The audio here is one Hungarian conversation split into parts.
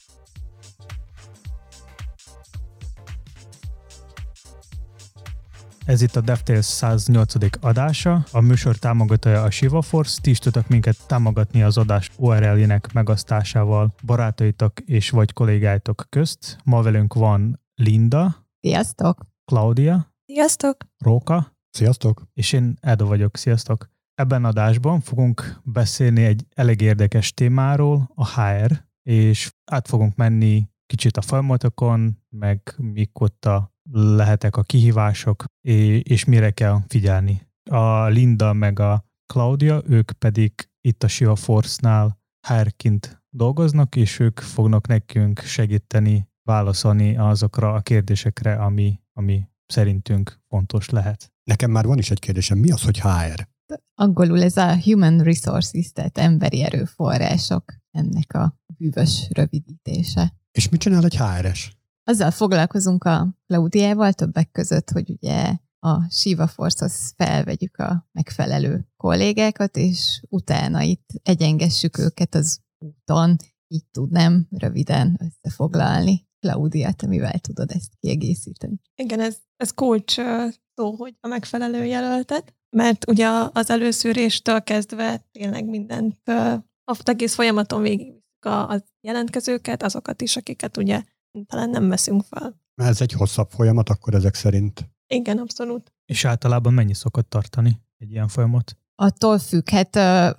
Ez itt a DevTales 108. adása, a műsor támogatója a Shiva Force, ti is tudtak minket támogatni az adás URL-jének megosztásával barátaitok és vagy kollégáitok közt. Ma velünk van Linda. Sziasztok! Claudia. Sziasztok! Róka. Sziasztok! És én Edo vagyok. Sziasztok! Ebben adásban fogunk beszélni egy elég érdekes témáról, a HR, és át fogunk menni kicsit a folyamatokon, meg mik ott lehetek a kihívások, és mire kell figyelni. A Linda meg a Claudia, ők pedig itt a Shiva Force-nál HR-ként dolgoznak, és ők fognak nekünk segíteni válaszolni azokra a kérdésekre, ami szerintünk fontos lehet. Nekem már van is egy kérdésem. Mi az, hogy HR? Angolul ez a Human Resources, tehát emberi erőforrások, ennek a bűvös rövidítése. És mit csinál egy HR-es? Azzal foglalkozunk a Claudiával többek között, hogy ugye a Shiva Force-hoz felvegyük a megfelelő kollégákat, és utána itt egyengessük őket az úton, így tudnám röviden összefoglalni. Claudia, te mivel tudod ezt kiegészíteni? Igen, ez kulcs szó, hogy a megfelelő jelöltet, mert ugye az előszűréstől kezdve tényleg mindent, az egész folyamaton végig a jelentkezőket, azokat is, akiket ugye talán nem veszünk fel. Ez egy hosszabb folyamat, akkor ezek szerint. Igen, abszolút. És általában mennyi szokott tartani egy ilyen folyamat? Attól függ, hát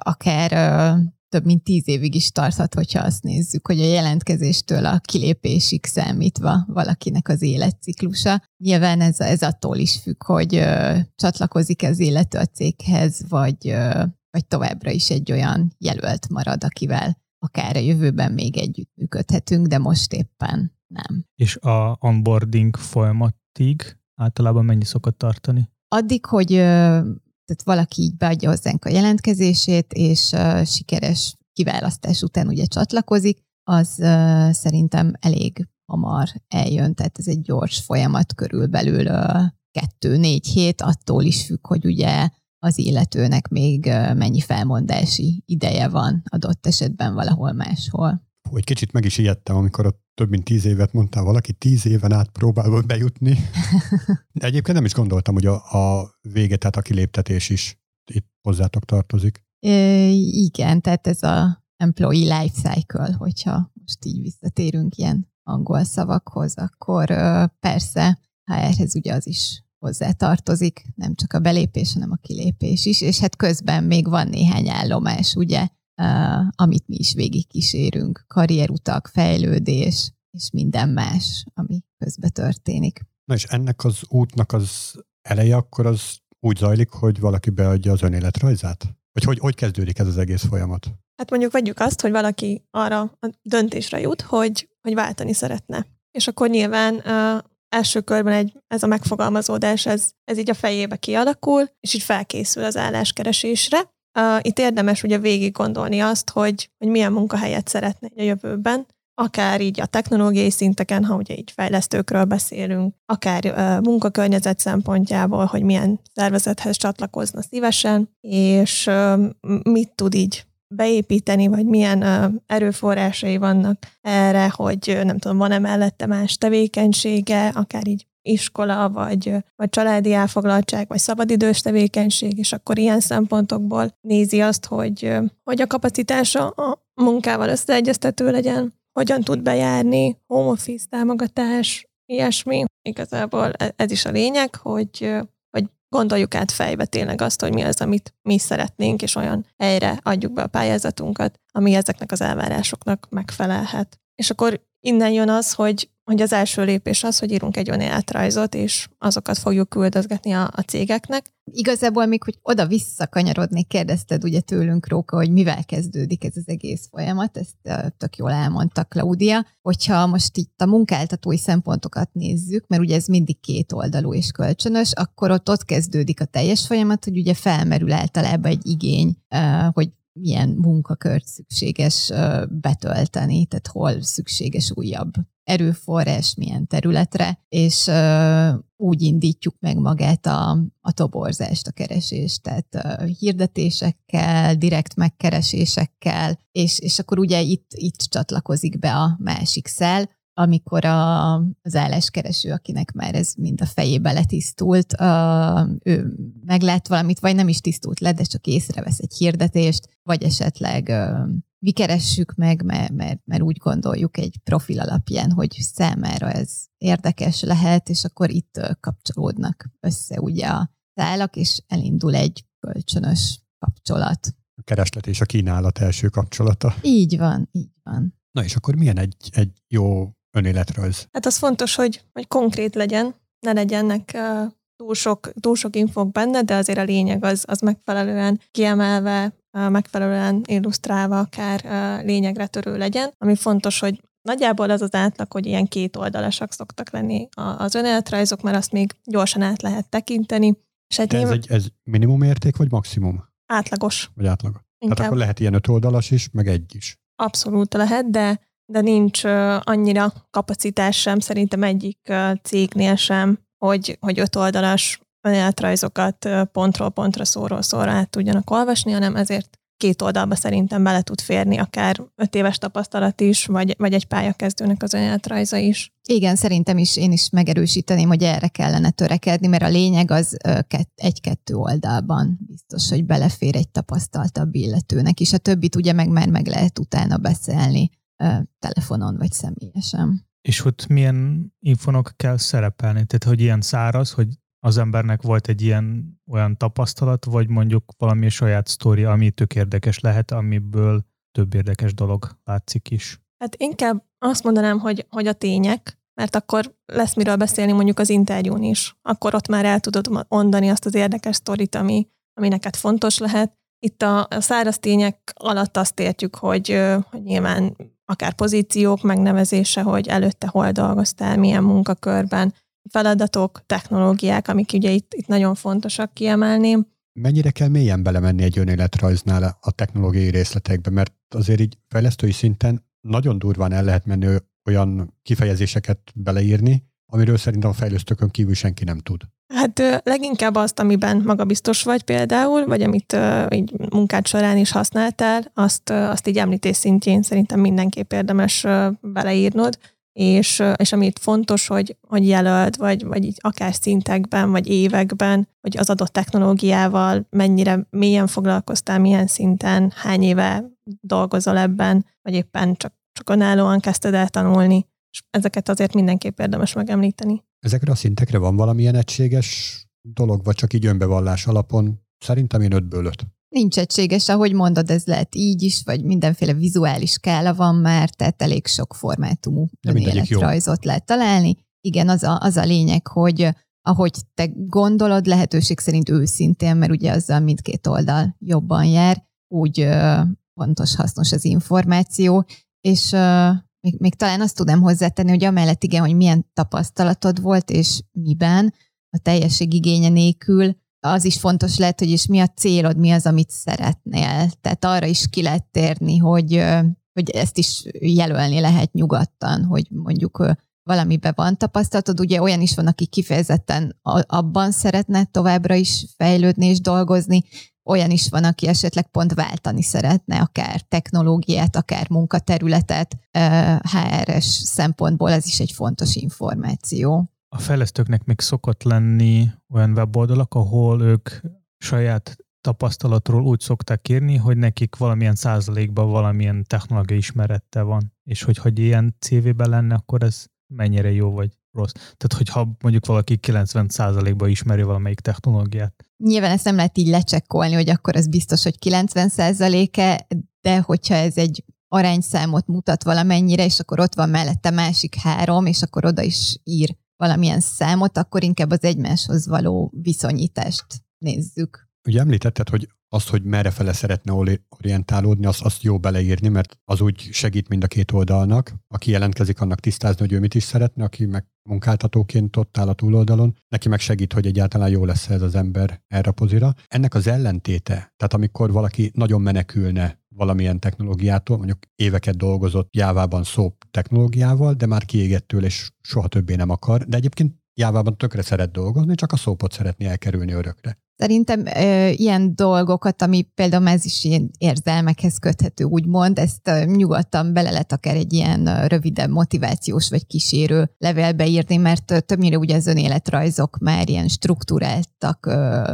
akár több mint 10 évig is tarthat, hogyha azt nézzük, hogy a jelentkezéstől a kilépésig számítva valakinek az életciklusa. Nyilván ez attól is függ, hogy csatlakozik az illető a céghez, vagy továbbra is egy olyan jelölt marad, akivel akár a jövőben még együttműködhetünk, de most éppen nem. És a onboarding folyamatig általában mennyi szokott tartani? Addig, hogy tehát valaki így beadja hozzánk a jelentkezését, és sikeres kiválasztás után ugye csatlakozik, az szerintem elég hamar eljön, tehát ez egy gyors folyamat, körülbelül 2-4 hét, attól is függ, hogy ugye az illetőnek még mennyi felmondási ideje van adott esetben valahol máshol. Egy kicsit meg is ijedtem, amikor ott több mint 10 évet mondtál valaki, 10 éven át próbál bejutni. De egyébként nem is gondoltam, hogy a vége, tehát a kiléptetés is itt hozzátok tartozik. Igen, tehát ez a employee life cycle, hogyha most így visszatérünk ilyen angol szavakhoz, akkor persze HR-hez ugye az is hozzá tartozik, nem csak a belépés, hanem a kilépés is, és hát közben még van néhány állomás, ugye, amit mi is végigkísérünk, karrierutak, fejlődés, és minden más, ami közben történik. Na és ennek az útnak az eleje akkor az úgy zajlik, hogy valaki beadja az önéletrajzát? Vagy hogy kezdődik ez az egész folyamat? Hát mondjuk vegyük azt, hogy valaki arra a döntésre jut, hogy váltani szeretne. És akkor nyilván első körben ez a megfogalmazódás, ez így a fejébe kialakul, és így felkészül az álláskeresésre. Itt érdemes ugye végig gondolni azt, hogy milyen munkahelyet szeretne a jövőben, akár így a technológiai szinteken, ha ugye így fejlesztőkről beszélünk, akár munkakörnyezet szempontjából, hogy milyen szervezethez csatlakozna szívesen, és mit tud így beépíteni, vagy milyen erőforrásai vannak erre, hogy nem tudom, van-e mellette más tevékenysége, akár így iskola, vagy családi elfoglaltság, vagy szabadidős tevékenység, és akkor ilyen szempontokból nézi azt, hogy a kapacitása a munkával összeegyeztető legyen, hogyan tud bejárni, home office támogatás, ilyesmi. Igazából ez is a lényeg, hogy gondoljuk át fejbe tényleg azt, hogy mi az, amit mi szeretnénk, és olyan helyre adjuk be a pályázatunkat, ami ezeknek az elvárásoknak megfelelhet. És akkor innen jön az, hogy az első lépés az, hogy írunk egy önéletrajzot, és azokat fogjuk küldözgetni a cégeknek. Igazából még, hogy oda-vissza kanyarodni, kérdezted ugye tőlünk, Róka, hogy mivel kezdődik ez az egész folyamat, ezt tök jól elmondta Claudia, hogyha most itt a munkáltatói szempontokat nézzük, mert ugye ez mindig kétoldalú és kölcsönös, akkor ott kezdődik a teljes folyamat, hogy ugye felmerül általában egy igény, hogy milyen munkakört szükséges betölteni, tehát hol szükséges újabb erőforrás, milyen területre, és úgy indítjuk meg magát a toborzást, a keresést, tehát hirdetésekkel, direkt megkeresésekkel, és akkor ugye itt csatlakozik be a másik szál, amikor az álláskereső, akinek már ez mind a fejébe letisztult, ő meglát valamit, vagy nem is tisztult le, de csak észrevesz egy hirdetést, vagy esetleg mi keressük meg, mert úgy gondoljuk egy profil alapján, hogy számára ez érdekes lehet, és akkor itt kapcsolódnak össze ugye a szálak, és elindul egy kölcsönös kapcsolat. A kereslet és a kínálat első kapcsolata. Így van, így van. Na és akkor milyen egy jó önéletrajz? Hát az fontos, hogy konkrét legyen, ne legyenek túl sok infók benne, de azért a lényeg az megfelelően kiemelve, megfelelően illusztrálva, akár lényegre törő legyen. Ami fontos, hogy nagyjából az átlag, hogy ilyen 2 oldalasak szoktak lenni az önéletrajzok, mert azt még gyorsan át lehet tekinteni. És ez minimum érték, vagy maximum? Átlagos. Vagy átlag. Tehát akkor lehet ilyen 5 oldalas is, meg egy is. Abszolút lehet, de nincs annyira kapacitás sem, szerintem egyik cégnél sem, hogy 5 oldalas önéletrajzokat pontról pontra, szóról szóra át tudjanak olvasni, hanem ezért 2 oldalba szerintem bele tud férni akár 5 éves tapasztalat is, vagy egy pályakezdőnek az önéletrajza is. Igen, szerintem is én is megerősíteném, hogy erre kellene törekedni, mert a lényeg az 1-2 oldalban biztos, hogy belefér egy tapasztaltabb illetőnek, és a többit ugye már meg lehet utána beszélni telefonon vagy személyesen. És ott milyen infonok kell szerepelni? Tehát, hogy ilyen száraz, hogy az embernek volt egy olyan tapasztalat, vagy mondjuk valami saját sztória, ami tök érdekes lehet, amiből több érdekes dolog látszik is. Hát inkább azt mondanám, hogy a tények, mert akkor lesz miről beszélni mondjuk az interjún is. Akkor ott már el tudod mondani azt az érdekes sztorit, ami neked fontos lehet. Itt a száraz tények alatt azt értjük, hogy nyilván akár pozíciók megnevezése, hogy előtte hol dolgoztál, milyen munkakörben, feladatok, technológiák, amik ugye itt nagyon fontosak, kiemelném. Mennyire kell mélyen belemenni egy önéletrajznál a technológiai részletekbe, mert azért így fejlesztői szinten nagyon durván el lehet menni olyan kifejezéseket beleírni, amiről szerintem a fejlesztőkön kívül senki nem tud. Hát leginkább azt, amiben magabiztos vagy például, vagy amit így munkád során is használtál, azt így említés szintjén szerintem mindenképp érdemes beleírnod, és amit fontos, hogy jelöld, vagy így akár szintekben, vagy években, hogy az adott technológiával mennyire mélyen foglalkoztál, milyen szinten, hány éve dolgozol ebben, vagy éppen csak önállóan kezdted el tanulni, és ezeket azért mindenképp érdemes megemlíteni. Ezekre a szintekre van valamilyen egységes dolog, vagy csak így önbevallás alapon? Szerintem én 5-ből 5. Nincs egységes, ahogy mondod, ez lehet így is, vagy mindenféle vizuális skála van már, tehát elég sok formátumú önéletrajzot lehet találni. Igen, az a lényeg, hogy ahogy te gondolod, lehetőség szerint őszintén, mert ugye azzal mindkét oldal jobban jár, úgy fontos, hasznos az információ, és még talán azt tudom hozzátenni, hogy amellett igen, hogy milyen tapasztalatod volt, és miben, a teljesség igénye nélkül, az is fontos lehet, hogy és mi a célod, mi az, amit szeretnél. Tehát arra is ki lehet térni, hogy ezt is jelölni lehet nyugodtan, hogy mondjuk valamiben van tapasztalatod. Ugye olyan is van, aki kifejezetten abban szeretne továbbra is fejlődni és dolgozni, olyan is van, aki esetleg pont váltani szeretne, akár technológiát, akár munkaterületet, HR-es szempontból ez is egy fontos információ. A fejlesztőknek még szokott lenni olyan weboldalak, ahol ők saját tapasztalatról úgy szokták írni, hogy nekik valamilyen százalékban valamilyen technológiai ismerete van. És hogy ilyen CV-ben lenne, akkor ez mennyire jó vagy rossz. Tehát, hogyha mondjuk valaki 90%-ban ismeri valamelyik technológiát. Nyilván ezt nem lehet így lecsekkolni, hogy akkor az biztos, hogy 90%-e, de hogyha ez egy arányszámot mutat valamennyire, és akkor ott van mellette másik 3, és akkor oda is ír valamilyen számot, akkor inkább az egymáshoz való viszonyítást nézzük. Ugye említetted, hogy azt, hogy merrefele szeretne orientálódni, azt jó beleírni, mert az úgy segít mind a két oldalnak. Aki jelentkezik, annak tisztázni, hogy ő mit is szeretne, aki meg munkáltatóként ott áll a túloldalon, neki meg segít, hogy egyáltalán jó lesz ez az ember erre a pozira. Ennek az ellentéte, tehát amikor valaki nagyon menekülne valamilyen technológiától, mondjuk éveket dolgozott Jávában SOAP technológiával, de már kiégett tőle, és soha többé nem akar, de egyébként Jávában tökre szeret dolgozni, csak a SOAP-ot szeretné elkerülni örökre. Szerintem ilyen dolgokat, ami például ez is ilyen érzelmekhez köthető, úgymond, ezt nyugodtan bele lehet akár egy ilyen rövidebb motivációs vagy kísérő levélbe írni, mert többnyire ugye az önéletrajzok már ilyen struktúráltak,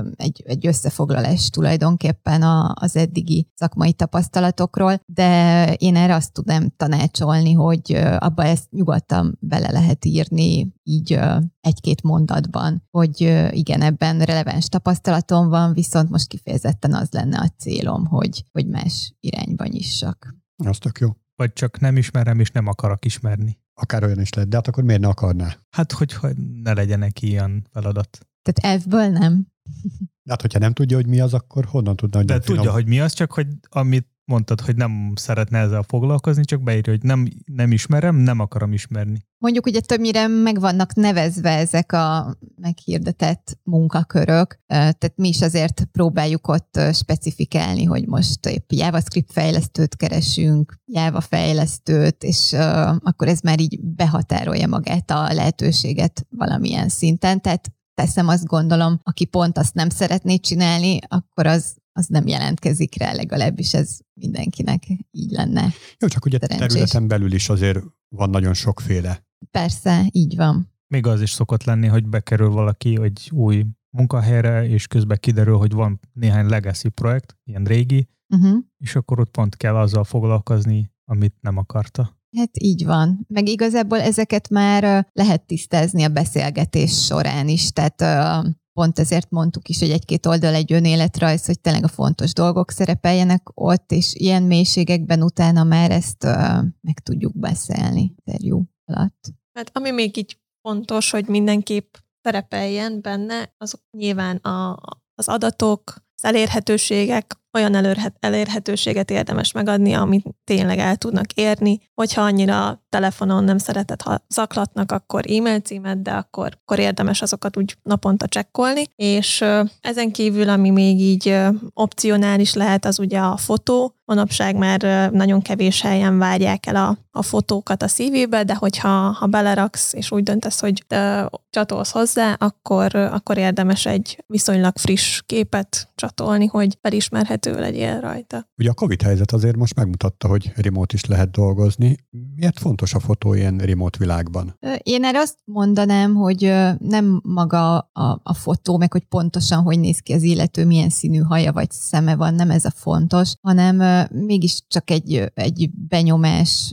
egy összefoglalás tulajdonképpen az eddigi szakmai tapasztalatokról, de én erre azt tudnám tanácsolni, hogy abba ezt nyugodtan bele lehet írni így egy-két mondatban, hogy igen, ebben releváns tapasztalatom van, viszont most kifejezetten az lenne a célom, hogy más irányba nyissak. Az tök jó. Vagy csak nem ismerem, és nem akarok ismerni. Akár olyan is lehet, de hát akkor miért ne akarná? Hát, hogy ne legyenek ilyen feladat. Tehát elfből nem. De hát, hogyha nem tudja, hogy mi az, akkor honnan tudna, hogy de tudja, hogy mi az, csak hogy amit mondtad, hogy nem szeretne ezzel foglalkozni, csak beírja, hogy nem ismerem, nem akarom ismerni. Mondjuk ugye többnyire meg vannak nevezve ezek a meghirdetett munkakörök, tehát mi is azért próbáljuk ott specifikálni, hogy most épp JavaScript fejlesztőt keresünk, Java fejlesztőt, és akkor ez már így behatárolja magát a lehetőséget valamilyen szinten. Tehát teszem azt gondolom, aki pont azt nem szeretné csinálni, akkor az nem jelentkezik rá, legalábbis ez mindenkinek így lenne. Jó, csak ugye területen belül is azért van nagyon sokféle. Persze, így van. Még az is szokott lenni, hogy bekerül valaki egy új munkahelyre, és közben kiderül, hogy van néhány legacy projekt, ilyen régi, és akkor ott pont kell azzal foglalkozni, amit nem akarta. Hát így van. Meg igazából ezeket már lehet tisztázni a beszélgetés során is, tehát pont ezért mondtuk is, hogy egy-két oldal egy önéletrajz, hogy tényleg a fontos dolgok szerepeljenek ott, és ilyen mélységekben utána már ezt meg tudjuk beszélni interjú alatt. Hát ami még így fontos, hogy mindenképp szerepeljen benne, azok nyilván az adatok, az elérhetőségek, olyan elérhetőséget érdemes megadni, amit tényleg el tudnak érni. Hogyha annyira telefonon nem szereted, ha zaklatnak, akkor e-mail címet, de akkor érdemes azokat úgy naponta csekkolni. És ezen kívül, ami még így opcionális lehet, az ugye a fotó. Manapság már nagyon kevés helyen várják el a fotókat a CV-be, de hogyha beleraksz, és úgy döntesz, hogy csatolsz hozzá, akkor érdemes egy viszonylag friss képet csatolni, hogy felismerhető legyél rajta. Ugye a Covid helyzet azért most megmutatta, hogy remote is lehet dolgozni. Miért fontos a fotó ilyen remote világban? Én erre azt mondanám, hogy nem maga a fotó, meg hogy pontosan hogy néz ki az illető, milyen színű haja vagy szeme van, nem ez a fontos, hanem mégiscsak egy benyomás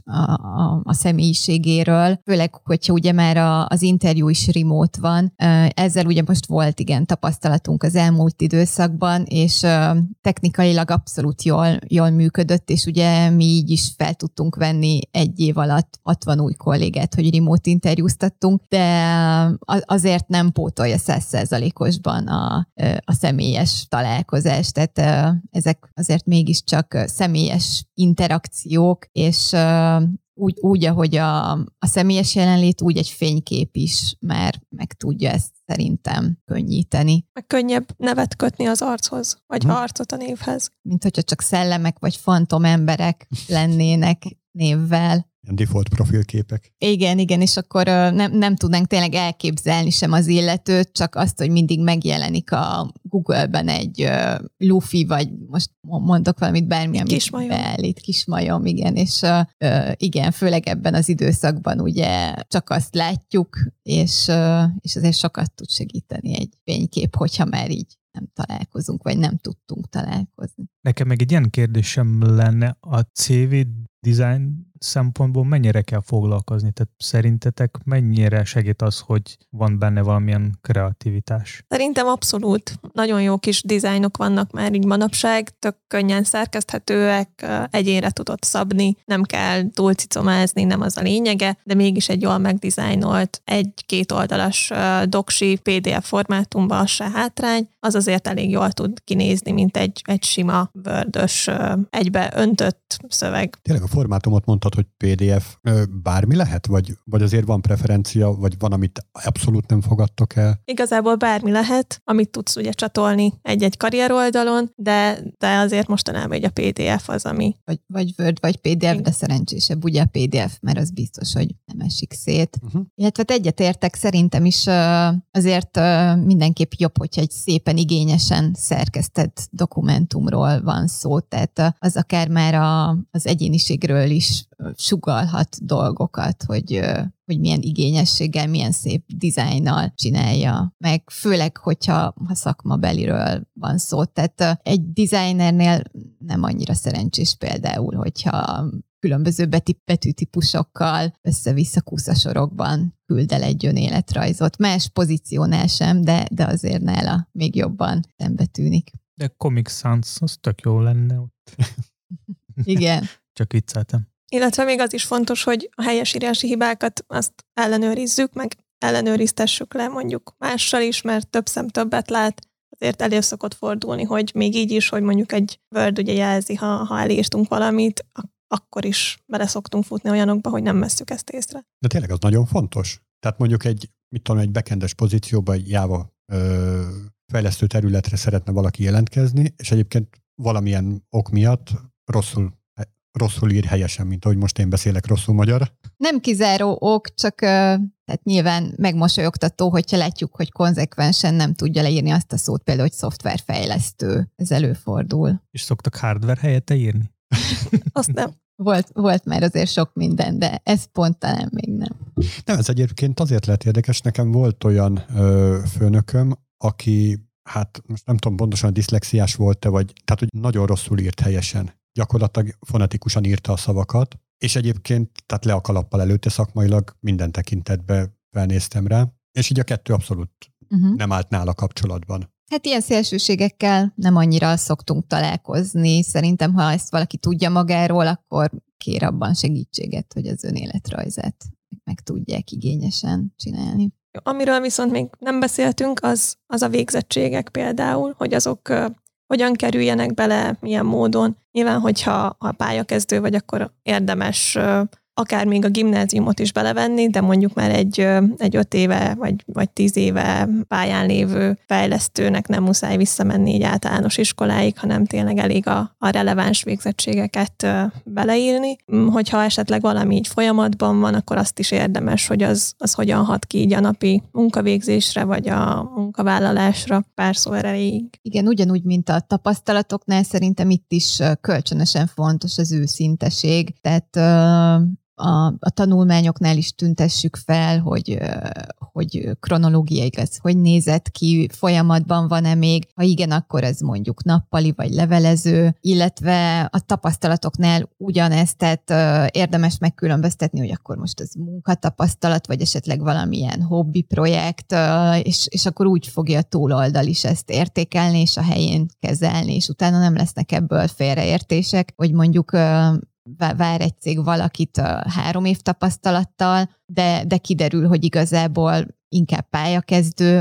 a személyiségéről, főleg, hogyha ugye már az interjú is remote van. Ezzel ugye most volt igen tapasztalatunk az elmúlt időszakban, és technikailag abszolút jól működött, és ugye mi így is fel tudtunk venni egy év alatt 60 új kollégát, hogy remote interjúztattunk, de azért nem pótolja 100%-osban a személyes találkozást, tehát ezek azért mégiscsak személyes interakciók, és úgy, ahogy a személyes jelenlét, úgy egy fénykép is már meg tudja ezt szerintem könnyíteni. Meg könnyebb nevet kötni az archoz, vagy arcot a névhez. Mint hogyha csak szellemek vagy fantom emberek lennének névvel. Ilyen default profilképek. Igen, és akkor nem tudnánk tényleg elképzelni sem az illetőt, csak azt, hogy mindig megjelenik a Google-ben egy lufi, vagy most mondok valamit, bármi, amit beállít, kismajom, igen, és igen, főleg ebben az időszakban ugye csak azt látjuk, és azért sokat tud segíteni egy fénykép, hogyha már így nem találkozunk, vagy nem tudtunk találkozni. Nekem meg egy ilyen kérdésem lenne, a CV design szempontból mennyire kell foglalkozni? Tehát szerintetek mennyire segít az, hogy van benne valamilyen kreativitás? Szerintem abszolút. Nagyon jó kis dizájnok vannak már így manapság, tök könnyen szerkeszthetőek, egyénre tudod szabni, nem kell túlcicomázni, nem az a lényege, de mégis egy jól megdizájnolt, 1-2 oldalas doksi PDF formátumban az se hátrány, az azért elég jól tud kinézni, mint egy sima Word-ös, egybe öntött szöveg. Tényleg a formátumot mondtad, hogy PDF bármi lehet? Vagy azért van preferencia, vagy van, amit abszolút nem fogadtok el? Igazából bármi lehet, amit tudsz ugye csatolni egy-egy karrier oldalon, de azért mostanában a PDF az, ami... Vagy Word, vagy PDF, de szerencsésebb ugye a PDF, mert az biztos, hogy nem esik szét. Illetve egyetértek, szerintem is azért mindenképp jobb, hogyha egy szépen igényesen szerkesztett dokumentumról van szó, tehát az akár már az egyéniségről is sugallhat dolgokat, hogy milyen igényességgel, milyen szép dizájnnal csinálja. Meg főleg, hogyha szakmabeliről van szó. Tehát egy designernél nem annyira szerencsés például, hogyha különböző betűtípusokkal össze-vissza kúszasorokban küld el egy önéletrajzot. Más pozíciónál sem, de azért nála még jobban szembe tűnik. De Comic Sans, az tök jó lenne ott. Igen. Csak vicceltem. Illetve még az is fontos, hogy a helyesírási hibákat azt ellenőrizzük, meg ellenőriztessük le mondjuk mással is, mert több szem többet lát. Azért elő szokott fordulni, hogy még így is, hogy mondjuk egy Word ugye jelzi, ha elírtunk valamit, akkor is bele szoktunk futni olyanokba, hogy nem vesszük ezt észre. De tényleg az nagyon fontos. Tehát mondjuk egy backendes pozícióban egy Java fejlesztő területre szeretne valaki jelentkezni, és egyébként valamilyen ok miatt rosszul ír helyesen, mint ahogy most én beszélek rosszul magyar. Nem kizáró ok, csak tehát nyilván megmosolyogtató, hogyha látjuk, hogy konzekvensen nem tudja leírni azt a szót, például, hogy szoftverfejlesztő. Ez előfordul. És szoktak hardware helyette írni? Azt nem. Volt már azért sok minden, de ez pont talán még nem. Nem, ez egyébként azért lehet érdekes. Nekem volt olyan főnököm, aki, hát most nem tudom pontosan diszlexiás volt-e, tehát hogy nagyon rosszul írt helyesen. Gyakorlatilag fonetikusan írta a szavakat, és egyébként tehát le a kalappal előtte szakmailag minden tekintetben felnéztem rá, és így a kettő abszolút nem állt nála kapcsolatban. Hát ilyen szélsőségekkel nem annyira szoktunk találkozni. Szerintem, ha ezt valaki tudja magáról, akkor kér abban segítséget, hogy az önéletrajzát meg tudják igényesen csinálni. Amiről viszont még nem beszéltünk, az a végzettségek például, hogy azok hogyan kerüljenek bele, milyen módon. Nyilván, hogyha pályakezdő vagy, akkor érdemes akár még a gimnáziumot is belevenni, de mondjuk már egy 5 éve vagy 10 éve pályán lévő fejlesztőnek nem muszáj visszamenni így általános iskoláig, hanem tényleg elég a releváns végzettségeket beleírni. Hogyha esetleg valami így folyamatban van, akkor azt is érdemes, hogy az hogyan hat ki így a napi munkavégzésre, vagy a munkavállalásra, pár szó erejéig. Igen, ugyanúgy, mint a tapasztalatoknál, szerintem itt is kölcsönösen fontos az őszinteség. Tehát a tanulmányoknál is tüntessük fel, hogy kronológiailag ez hogy nézett ki, folyamatban van-e még, ha igen, akkor ez mondjuk nappali vagy levelező, illetve a tapasztalatoknál ugyanezt, tehát érdemes megkülönböztetni, hogy akkor most ez munkatapasztalat, vagy esetleg valamilyen hobbi projekt, és akkor úgy fogja a túloldal is ezt értékelni, és a helyén kezelni, és utána nem lesznek ebből félreértések, hogy mondjuk vár egy cég valakit 3 év tapasztalattal, de kiderül, hogy igazából inkább pályakezdő,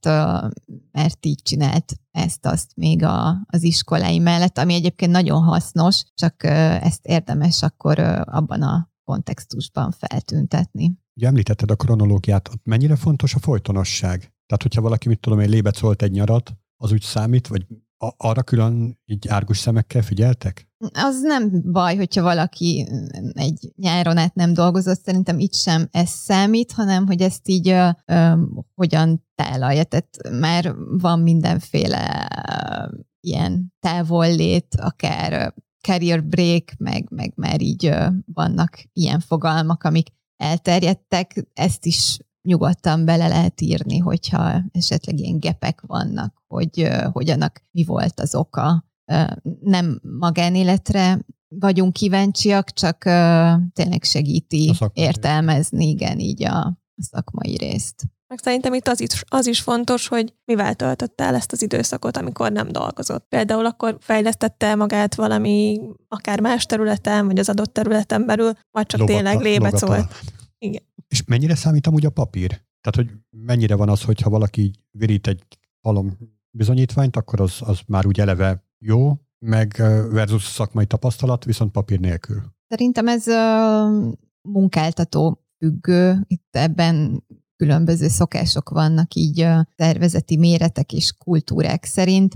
mert így csinált ezt-azt még az iskolái mellett, ami egyébként nagyon hasznos, csak ezt érdemes akkor abban a kontextusban feltüntetni. Ugye említetted a kronológiát, mennyire fontos a folytonosság? Tehát, hogyha valaki, mit tudom én, lébecolt egy nyarat, az úgy számít, vagy arra külön így árgus szemekkel figyeltek? Az nem baj, hogyha valaki egy nyáron át nem dolgozott, szerintem itt sem ez számít, hanem hogy ezt így hogyan tálalja. Tehát már van mindenféle ilyen távollét, akár career break, meg már így vannak ilyen fogalmak, amik elterjedtek, ezt is nyugodtan bele lehet írni, hogyha esetleg ilyen gepek vannak, hogy annak mi volt az oka. Nem magánéletre vagyunk kíváncsiak, csak tényleg segíti értelmezni, igen, így a szakmai részt. Meg szerintem itt az is fontos, hogy mivel töltötte el ezt az időszakot, amikor nem dolgozott. Például akkor fejlesztette magát valami, akár más területen, vagy az adott területen belül, vagy csak tényleg lébet szólt. Igen. És mennyire számít amúgy a papír? Tehát, hogy mennyire van az, hogyha valaki virít egy halom bizonyítványt, akkor az már úgy eleve jó, meg versus szakmai tapasztalat, viszont papír nélkül. Szerintem ez munkáltató függő. Itt ebben különböző szokások vannak így szervezeti méretek és kultúrák szerint.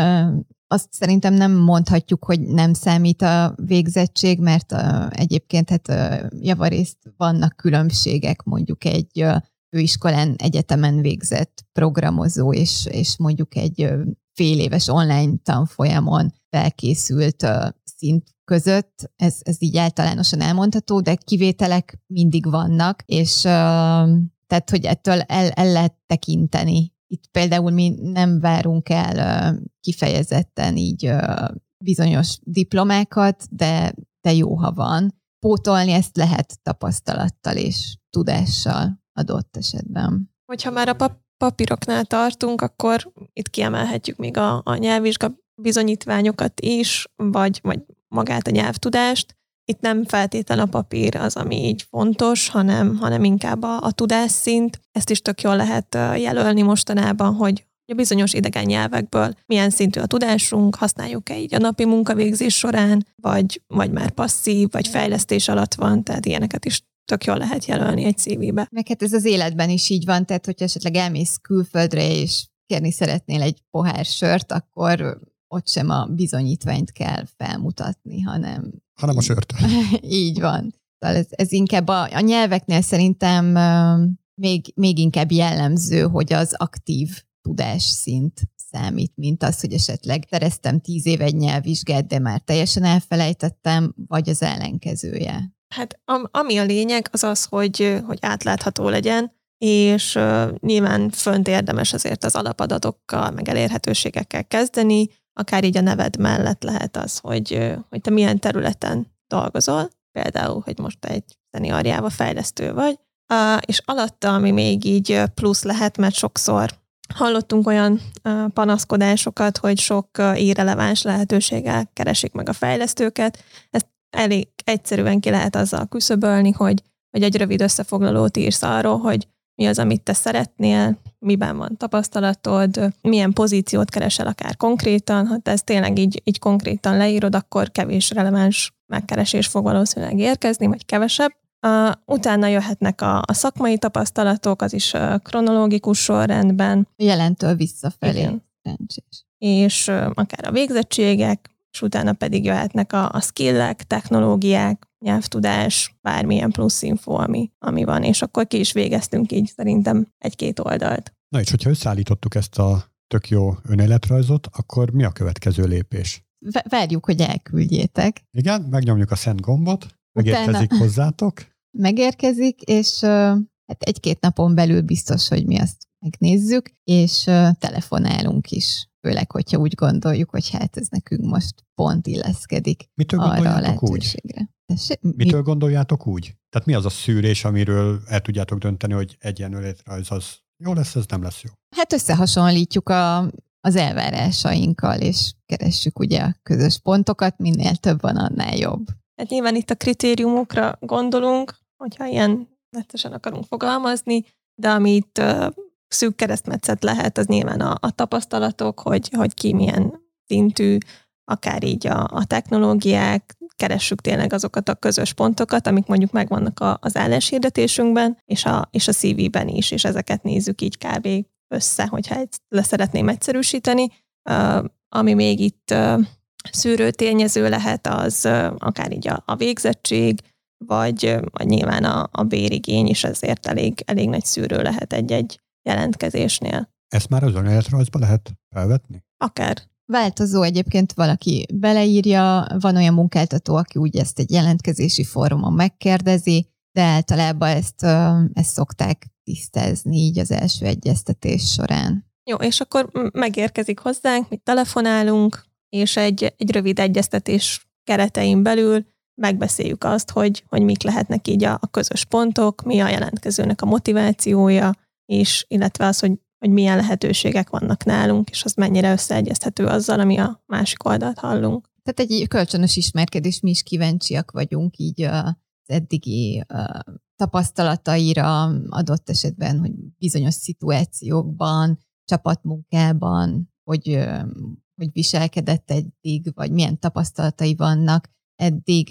Azt szerintem nem mondhatjuk, hogy nem számít a végzettség, mert egyébként javarészt vannak különbségek, mondjuk egy főiskolán, egyetemen végzett programozó, és mondjuk egy fél éves online tanfolyamon felkészült szint között. Ez így általánosan elmondható, de kivételek mindig vannak, és tehát, hogy ettől el lehet tekinteni. Itt például mi nem várunk el kifejezetten így bizonyos diplomákat, de jó, ha van. Pótolni ezt lehet tapasztalattal és tudással adott esetben. Hogyha már a papíroknál tartunk, akkor itt kiemelhetjük még a nyelvvizsga bizonyítványokat is, vagy magát a nyelvtudást. Itt nem feltétlen a papír az, ami így fontos, hanem inkább a tudásszint. Ezt is tök jól lehet jelölni mostanában, hogy a bizonyos idegen nyelvekből milyen szintű a tudásunk, használjuk-e így a napi munkavégzés során, vagy már passzív, vagy fejlesztés alatt van, tehát ilyeneket is tök jól lehet jelölni egy CV-be. Meg hát ez az életben is így van, tehát hogyha esetleg elmész külföldre, és kérni szeretnél egy pohár sört, akkor ott sem a bizonyítványt kell felmutatni, hanem a sört. Így van. Ez inkább a nyelveknél szerintem még inkább jellemző, hogy az aktív tudásszint számít, mint az, hogy esetleg szereztem 10 éve egy nyelvvizsgát, de már teljesen elfelejtettem, vagy az ellenkezője. Hát ami a lényeg, az az, hogy átlátható legyen, és nyilván fönt érdemes azért az alapadatokkal, meg elérhetőségekkel kezdeni, akár így a neved mellett lehet az, hogy te milyen területen dolgozol, például, hogy most egy senior Java fejlesztő vagy, és alatta, ami még így plusz lehet, mert sokszor hallottunk olyan panaszkodásokat, hogy sok irreleváns lehetőséggel keresik meg a fejlesztőket. Ezt elég egyszerűen ki lehet azzal küszöbölni, hogy egy rövid összefoglalót írsz arról, hogy mi az, amit te szeretnél, miben van tapasztalatod, milyen pozíciót keresel akár konkrétan, ha te ezt tényleg így konkrétan leírod, akkor kevés releváns megkeresés fog valószínűleg érkezni, vagy kevesebb. Utána jöhetnek a szakmai tapasztalatok, az is kronológikus sorrendben. Jelentől visszafelé. És akár a végzettségek, és utána pedig jöhetnek a skillek, technológiák, nyelvtudás, bármilyen plusz info, ami van, és akkor ki is végeztünk így szerintem 1-2 oldalt. Na és hogyha összeállítottuk ezt a tök jó önéletrajzot, akkor mi a következő lépés? Várjuk, hogy elküldjétek. Igen, megnyomjuk a szent gombot, megérkezik hozzátok. Megérkezik, és hát 1-2 napon belül biztos, hogy mi azt megnézzük, és telefonálunk is. Főleg, hogyha úgy gondoljuk, hogy hát ez nekünk most pont illeszkedik arra a lehetőségre. Mitől gondoljátok úgy? Tehát mi az a szűrés, amiről el tudjátok dönteni, hogy egy ilyen önéletrajz az jó lesz, ez nem lesz jó? Hát összehasonlítjuk az elvárásainkkal, és keressük ugye a közös pontokat, minél több van, annál jobb. Hát nyilván itt a kritériumokra gondolunk, hogyha ilyen nettesen akarunk fogalmazni, de amit szűk keresztmetszet lehet, az nyilván a tapasztalatok, hogy ki milyen szintű, akár így a technológiák, keressük tényleg azokat a közös pontokat, amik mondjuk megvannak az álláshirdetésünkben, és a CV-ben is, és ezeket nézzük így kb. Össze, hogyha le szeretném egyszerűsíteni. Ami még itt szűrő tényező lehet, az akár így a végzettség, vagy nyilván a bérigény is ezért elég nagy szűrő lehet egy jelentkezésnél. Ezt már az önéletrajzba lehet felvetni? Akár. Változó egyébként, valaki beleírja, van olyan munkáltató, aki úgy ezt egy jelentkezési fórumon megkérdezi, de általában ezt szokták tisztázni így az első egyeztetés során. Jó, és akkor megérkezik hozzánk, mi telefonálunk, és egy rövid egyeztetés keretein belül megbeszéljük azt, hogy mik lehetnek így a közös pontok, mi a jelentkezőnek a motivációja, és illetve az, hogy milyen lehetőségek vannak nálunk, és az mennyire összeegyeztető azzal, ami a másik oldalt hallunk. Tehát egy kölcsönös ismerkedés, mi is kíváncsiak vagyunk így az eddigi tapasztalataira, adott esetben, hogy bizonyos szituációkban, csapatmunkában, hogy viselkedett eddig, vagy milyen tapasztalatai vannak eddig.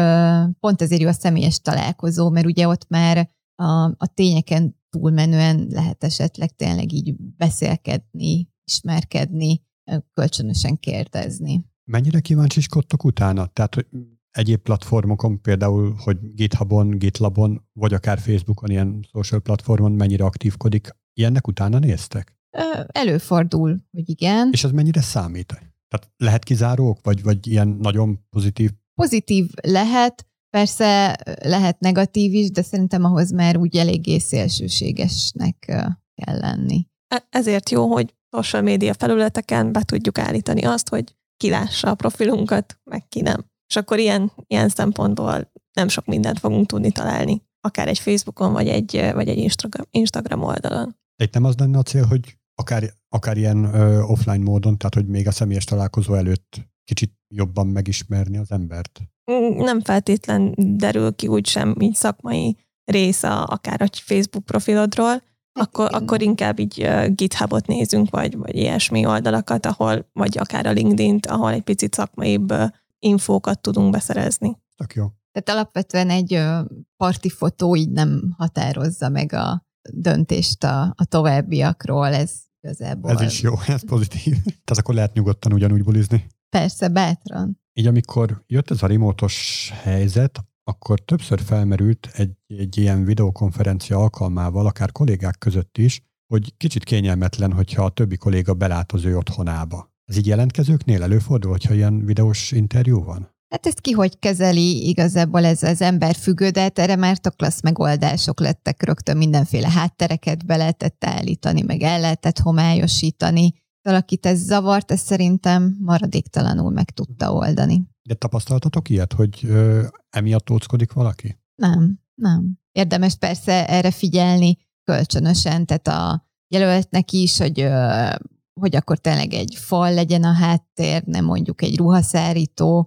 Pont ezért jó a személyes találkozó, mert ugye ott már a tényeken túlmenően lehet esetleg tényleg így beszélkedni, ismerkedni, kölcsönösen kérdezni. Mennyire kíváncsiskodtok utána? Tehát, hogy egyéb platformokon, például, hogy GitHubon, GitLabon, vagy akár Facebookon, ilyen social platformon mennyire aktívkodik, ilyennek utána néztek? Előfordul, hogy igen. És ez mennyire számít? Tehát lehet kizárók, vagy ilyen nagyon pozitív? Pozitív lehet, persze lehet negatív is, de szerintem ahhoz már úgy eléggé szélsőségesnek kell lenni. Ezért jó, hogy social média felületeken be tudjuk állítani azt, hogy ki lássa a profilunkat, meg ki nem. És akkor ilyen szempontból nem sok mindent fogunk tudni találni, akár egy Facebookon, vagy egy Instagram oldalon. Itt nem az lenne a cél, hogy akár ilyen offline módon, tehát hogy még a személyes találkozó előtt kicsit jobban megismerni az embert? Nem feltétlen derül ki úgysem így szakmai rész akár a Facebook profilodról, akkor inkább így GitHubot nézünk, vagy ilyesmi oldalakat, vagy akár a LinkedIn-t, ahol egy picit szakmaibb infókat tudunk beszerezni. Tök jó. Tehát alapvetően egy parti fotó így nem határozza meg a döntést a továbbiakról, ez igazából. Ez is jó, ez pozitív. Tehát akkor lehet nyugodtan ugyanúgy bulizni. Persze, bátran. Így amikor jött ez a remote-os helyzet, akkor többször felmerült egy ilyen videokonferencia alkalmával, akár kollégák között is, hogy kicsit kényelmetlen, hogyha a többi kolléga belát az ő otthonába. Ez így jelentkezőknél előfordul, hogyha ilyen videós interjú van? Hát ezt ki hogy kezeli, igazából ez az ember függő, de hát erre már tök klassz megoldások lettek, rögtön mindenféle háttereket be lehetett állítani, meg el lehetett homályosítani. Valakit ez zavart, ez szerintem maradéktalanul meg tudta oldani. De tapasztaltatok ilyet, hogy emiatt óckodik valaki? Nem. Érdemes persze erre figyelni kölcsönösen, tehát a jelöltnek is, hogy akkor tényleg egy fal legyen a háttér, nem mondjuk egy ruhaszárító,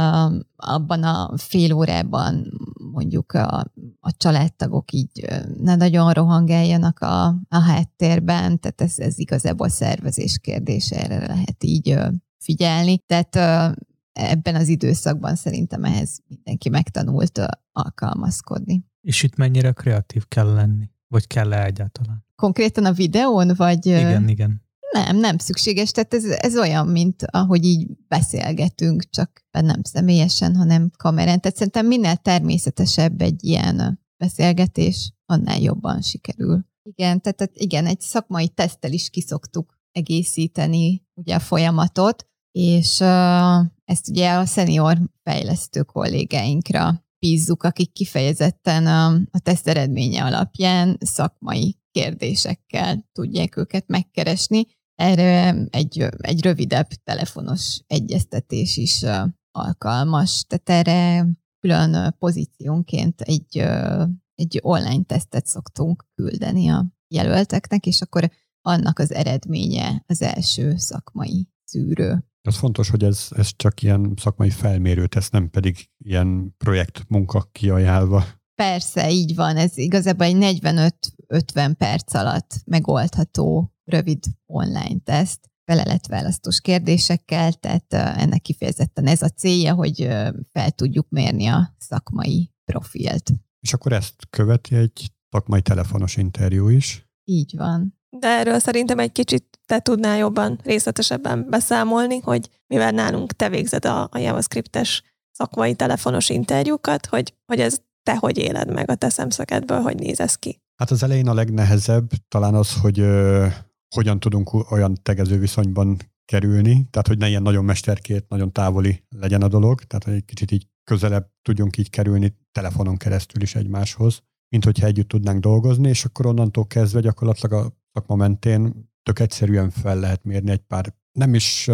abban a fél órában mondjuk a családtagok így ne nagyon rohangáljanak a háttérben, tehát ez igazából szervezés kérdése, erre lehet így figyelni. Tehát ebben az időszakban szerintem ehhez mindenki megtanult alkalmazkodni. És itt mennyire kreatív kell lenni? Vagy kell-e egyáltalán? Konkrétan a videón, vagy... Igen. Nem szükséges, tehát ez olyan, mint ahogy így beszélgetünk, csak nem személyesen, hanem kamerán. Tehát szerintem minél természetesebb egy ilyen beszélgetés, annál jobban sikerül. Igen, tehát igen, egy szakmai teszttel is kiszoktuk egészíteni ugye a folyamatot, és ezt ugye a szenior fejlesztő kollégáinkra bízzuk, akik kifejezetten a teszt eredménye alapján szakmai kérdésekkel tudják őket megkeresni. Erre egy rövidebb telefonos egyeztetés is alkalmas. Tehát erre külön pozíciónként egy online tesztet szoktunk küldeni a jelölteknek, és akkor annak az eredménye az első szakmai szűrő. Az fontos, hogy ez csak ilyen szakmai felmérő teszt, nem pedig ilyen projektmunka kiajánlva. Persze, így van. Ez igazából egy 45-50 perc alatt megoldható rövid online teszt, feleletválasztós kérdésekkel, tehát ennek kifejezetten ez a célja, hogy fel tudjuk mérni a szakmai profilt. És akkor ezt követi egy szakmai telefonos interjú is. Így van. De erről szerintem egy kicsit te tudnál jobban, részletesebben beszámolni, hogy mivel nálunk te végzed a JavaScript-es szakmai telefonos interjúkat, hogy ez te hogy éled meg, a te szemszögedből, hogy néz ez ki? Hát az elején a legnehezebb talán az, hogy hogyan tudunk olyan tegező viszonyban kerülni, tehát hogy ne ilyen nagyon mesterkét, nagyon távoli legyen a dolog, tehát hogy egy kicsit így közelebb tudjunk így kerülni telefonon keresztül is egymáshoz, mint hogyha együtt tudnánk dolgozni, és akkor onnantól kezdve gyakorlatilag a szakma mentén tök egyszerűen fel lehet mérni egy pár nem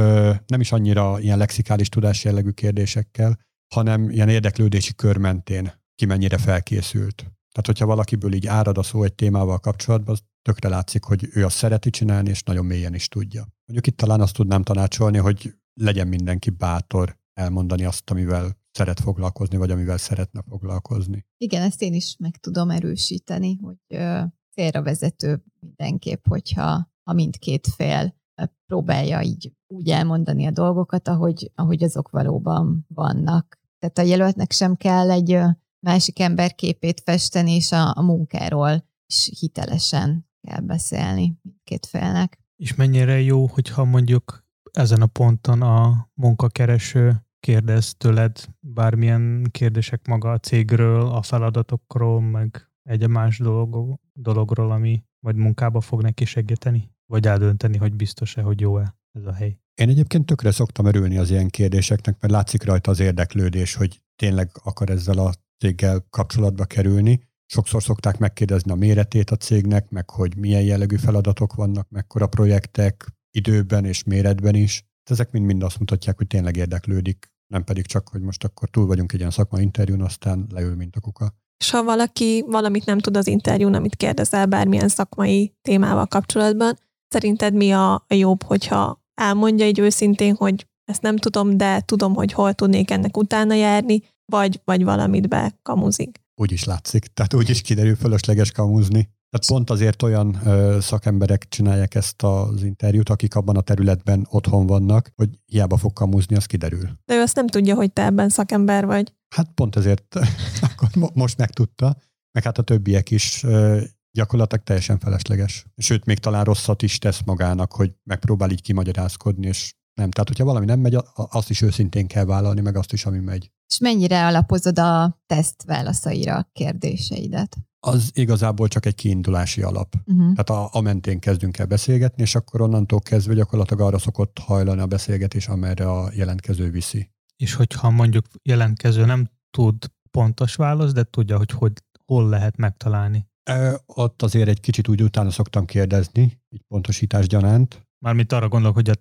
is annyira ilyen lexikális tudás jellegű kérdésekkel, hanem ilyen érdeklődési kör mentén ki mennyire felkészült. Tehát, hogyha valakiből így árad a szó egy témával kapcsolatban, az tökre látszik, hogy ő azt szereti csinálni, és nagyon mélyen is tudja. Mondjuk itt talán azt tudnám tanácsolni, hogy legyen mindenki bátor elmondani azt, amivel szeret foglalkozni, vagy amivel szeretne foglalkozni. Igen, ezt én is meg tudom erősíteni, hogy célra vezető mindenképp, hogyha mindkét fél próbálja így úgy elmondani a dolgokat, ahogy azok valóban vannak. Tehát a jelöltnek sem kell egy másik ember képét festeni, és a munkáról is hitelesen kell beszélni mindkét félnek. És mennyire jó, hogyha mondjuk ezen a ponton a munkakereső kérdez tőled bármilyen kérdések maga a cégről, a feladatokról, meg egy más dologról, ami majd munkába fog neki segíteni? Vagy eldönteni, hogy biztos-e, hogy jó-e ez a hely? Én egyébként tökre szoktam örülni az ilyen kérdéseknek, mert látszik rajta az érdeklődés, hogy tényleg akar ezzel a céggel kapcsolatba kerülni. Sokszor szokták megkérdezni a méretét a cégnek, meg hogy milyen jellegű feladatok vannak, mekkora projektek, időben és méretben is. Ezek mind azt mutatják, hogy tényleg érdeklődik, nem pedig csak, hogy most akkor túl vagyunk egy ilyen szakmai interjún, aztán leül, mint a kuka. És ha valaki valamit nem tud az interjún, amit kérdezel bármilyen szakmai témával kapcsolatban, szerinted mi a jobb, hogyha elmondja így őszintén, hogy ezt nem tudom, de tudom, hogy hol tudnék ennek utána járni, vagy valamit bekamuzik? Úgy is látszik, tehát úgy is kiderül fölösleges kamuzni. Tehát pont azért olyan szakemberek csinálják ezt az interjút, akik abban a területben otthon vannak, hogy hiába fog kamuzni, az kiderül. De ő azt nem tudja, hogy te ebben szakember vagy. Hát pont ezért akkor most megtudta, meg hát a többiek is gyakorlatilag teljesen felesleges. Sőt, még talán rosszat is tesz magának, hogy megpróbál így kimagyarázkodni, és nem. Tehát, hogyha valami nem megy, azt is őszintén kell vállalni, meg azt is, ami megy. És mennyire alapozod a teszt válaszaira a kérdéseidet? Az igazából csak egy kiindulási alap. Tehát a mentén kezdünk el beszélgetni, és akkor onnantól kezdve gyakorlatilag arra szokott hajlani a beszélgetés, amerre a jelentkező viszi. És hogyha mondjuk jelentkező nem tud pontos választ, de tudja, hogy hol lehet megtalálni. Ott azért egy kicsit úgy utána szoktam kérdezni, így pontosítás gyanánt. Mármint arra gondolok, hogy a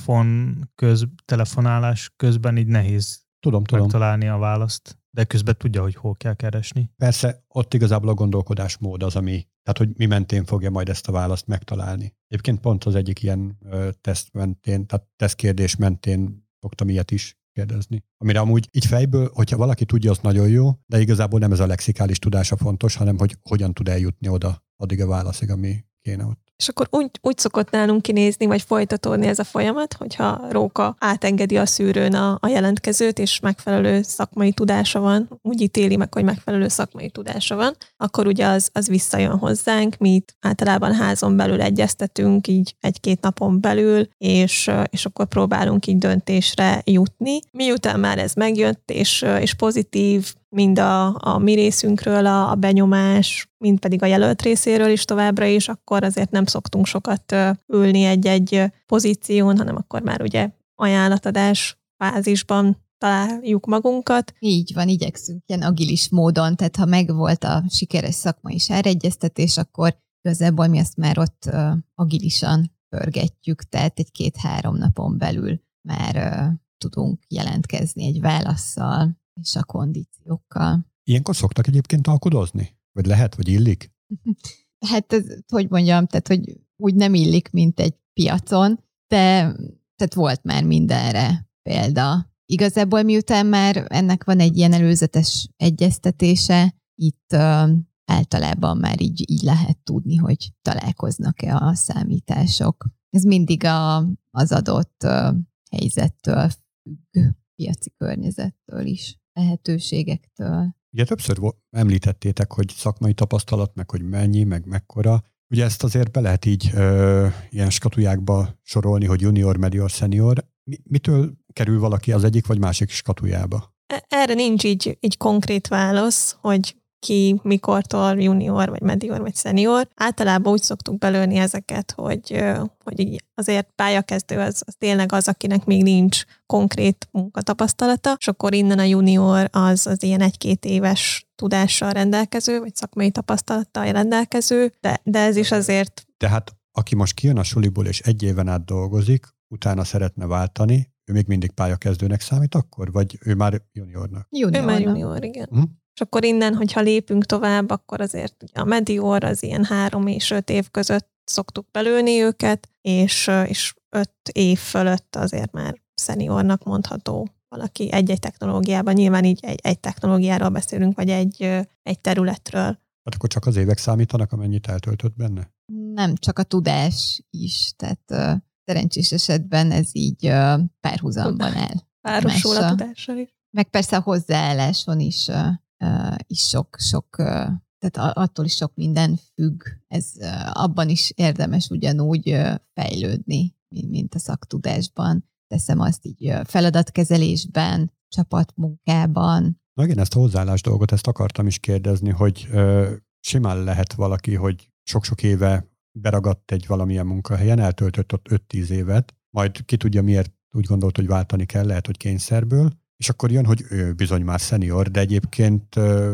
telefonálás közben így nehéz tudom. megtalálni a választ, de közben tudja, hogy hol kell keresni. Persze, ott igazából a gondolkodásmód az, tehát hogy mi mentén fogja majd ezt a választ megtalálni. Egyébként pont az egyik ilyen teszt mentén, tehát tesztkérdés mentén szoktam ilyet is kérdezni. Amire amúgy így fejből, hogyha valaki tudja, az nagyon jó, de igazából nem ez a lexikális tudása fontos, hanem hogy hogyan tud eljutni oda, addig a válaszig, ami kéne ott. És akkor úgy szokott nálunk kinézni, vagy folytatódni ez a folyamat, hogyha Róka átengedi a szűrőn a jelentkezőt, és megfelelő szakmai tudása van, úgy ítéli meg, hogy megfelelő szakmai tudása van, akkor ugye az visszajön hozzánk, mi itt általában házon belül egyeztetünk, így 1-2 napon belül, és akkor próbálunk így döntésre jutni. Miután már ez megjött, és pozitív, mind a mi részünkről a benyomás, mind pedig a jelölt részéről is továbbra is, akkor azért nem szoktunk sokat ülni egy pozíción, hanem akkor már ugye ajánlatadás fázisban találjuk magunkat. Így van, igyekszünk ilyen agilis módon, tehát ha megvolt a sikeres szakmai sáregyeztetés, akkor igazából mi azt már ott agilisan pörgetjük, tehát egy 2-3 napon belül már tudunk jelentkezni egy válasszal és a kondíciókkal. Ilyenkor szoktak egyébként alkudozni? Vagy lehet, vagy illik? Hát, hogy mondjam, tehát, hogy úgy nem illik, mint egy piacon, de tehát volt már mindenre példa. Igazából miután már ennek van egy ilyen előzetes egyeztetése, itt általában már így lehet tudni, hogy találkoznak-e a számítások. Ez mindig az adott helyzettől függ, piaci környezettől is, lehetőségektől. Ugye többször említettétek, hogy szakmai tapasztalat, meg hogy mennyi, meg mekkora. Ugye ezt azért be lehet így ilyen skatujákba sorolni, hogy junior, medior, senior. Mitől kerül valaki az egyik vagy másik skatujába? Erre nincs így konkrét válasz, hogy ki mikortól junior, vagy medior, vagy senior. Általában úgy szoktuk belőni ezeket, hogy így azért pályakezdő az tényleg az, akinek még nincs konkrét munkatapasztalata, és akkor innen a junior az ilyen 1-2 éves tudással rendelkező, vagy szakmai tapasztalattal rendelkező, de ez is azért... Tehát aki most kijön a suliból és 1 éven át dolgozik, utána szeretne váltani, ő még mindig pályakezdőnek számít akkor? Vagy ő már juniornak? Ő már junior, igen. És akkor innen, hogyha lépünk tovább, akkor azért ugye a medior az ilyen 3 és 5 év között szoktuk belőni őket, és 5 év fölött azért már szeniornak mondható valaki egy-egy technológiában. Nyilván így egy technológiáról beszélünk, vagy egy területről. Hát akkor csak az évek számítanak, amennyit eltöltött benne? Nem, csak a tudás is. Tehát szerencsés esetben ez így párhuzamban áll. Párosul a tudással is. Meg persze a hozzáálláson is sok, tehát attól is sok minden függ. Ez abban is érdemes ugyanúgy fejlődni, mint a szaktudásban. Teszem azt így feladatkezelésben, csapatmunkában. Na igen, ezt a hozzáállás dolgot, ezt akartam is kérdezni, hogy simán lehet valaki, hogy sok-sok éve beragadt egy valamilyen munkahelyen, eltöltött ott 5-10 évet, majd ki tudja miért úgy gondolt, hogy váltani kell, lehet, hogy kényszerből, és akkor jön, hogy ő bizony már szenior, de egyébként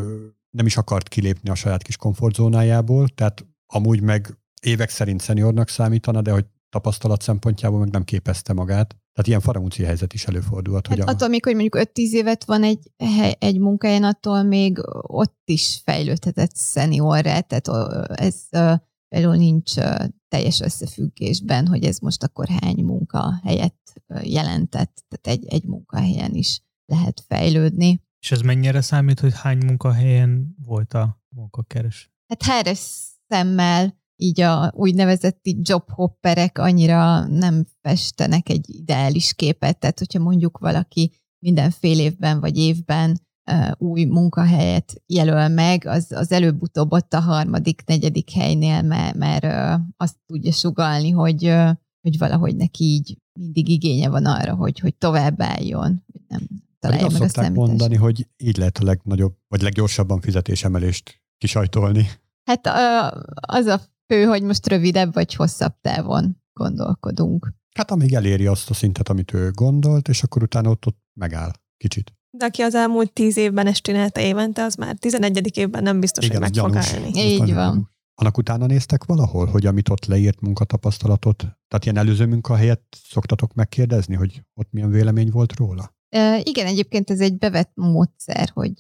nem is akart kilépni a saját kis komfortzónájából, tehát amúgy meg évek szerint szeniornak számítana, de hogy tapasztalat szempontjából meg nem képezte magát. Tehát ilyen faramúci helyzet is előfordulhat. Hát attól még, hogy mondjuk 5-10 évet van egy munkahelyen, attól még ott is fejlődhetett szeniorra, tehát ez például nincs teljes összefüggésben, hogy ez most akkor hány munkahelyet jelentett, tehát egy munkahelyen is lehet fejlődni. És ez mennyire számít, hogy hány munkahelyen volt a munkakeres? Hát HR szemmel így a úgynevezett jobhopperek annyira nem festenek egy ideális képet, tehát hogyha mondjuk valaki minden fél évben vagy évben új munkahelyet jelöl meg, az előbb-utóbb ott a 3., 4. helynél már azt tudja sugallni, hogy valahogy neki így mindig igénye van arra, hogy tovább álljon. Nem találja meg a szokták mondani, hogy így lehet a legnagyobb, vagy leggyorsabban fizetésemelést kisajtolni. Hát az a fő, hogy most rövidebb vagy hosszabb távon gondolkodunk. Hát amíg eléri azt a szintet, amit ő gondolt, és akkor utána ott megáll kicsit. De aki az elmúlt 10 évben ezt csinálta évente, az már 11. évben nem biztos, igen, hogy meg fog állni. Így van. Annak utána néztek valahol, hogy amit ott leírt munkatapasztalatot, tehát ilyen előző munkahelyet szoktatok megkérdezni, hogy ott milyen vélemény volt róla? Igen, egyébként ez egy bevett módszer, hogy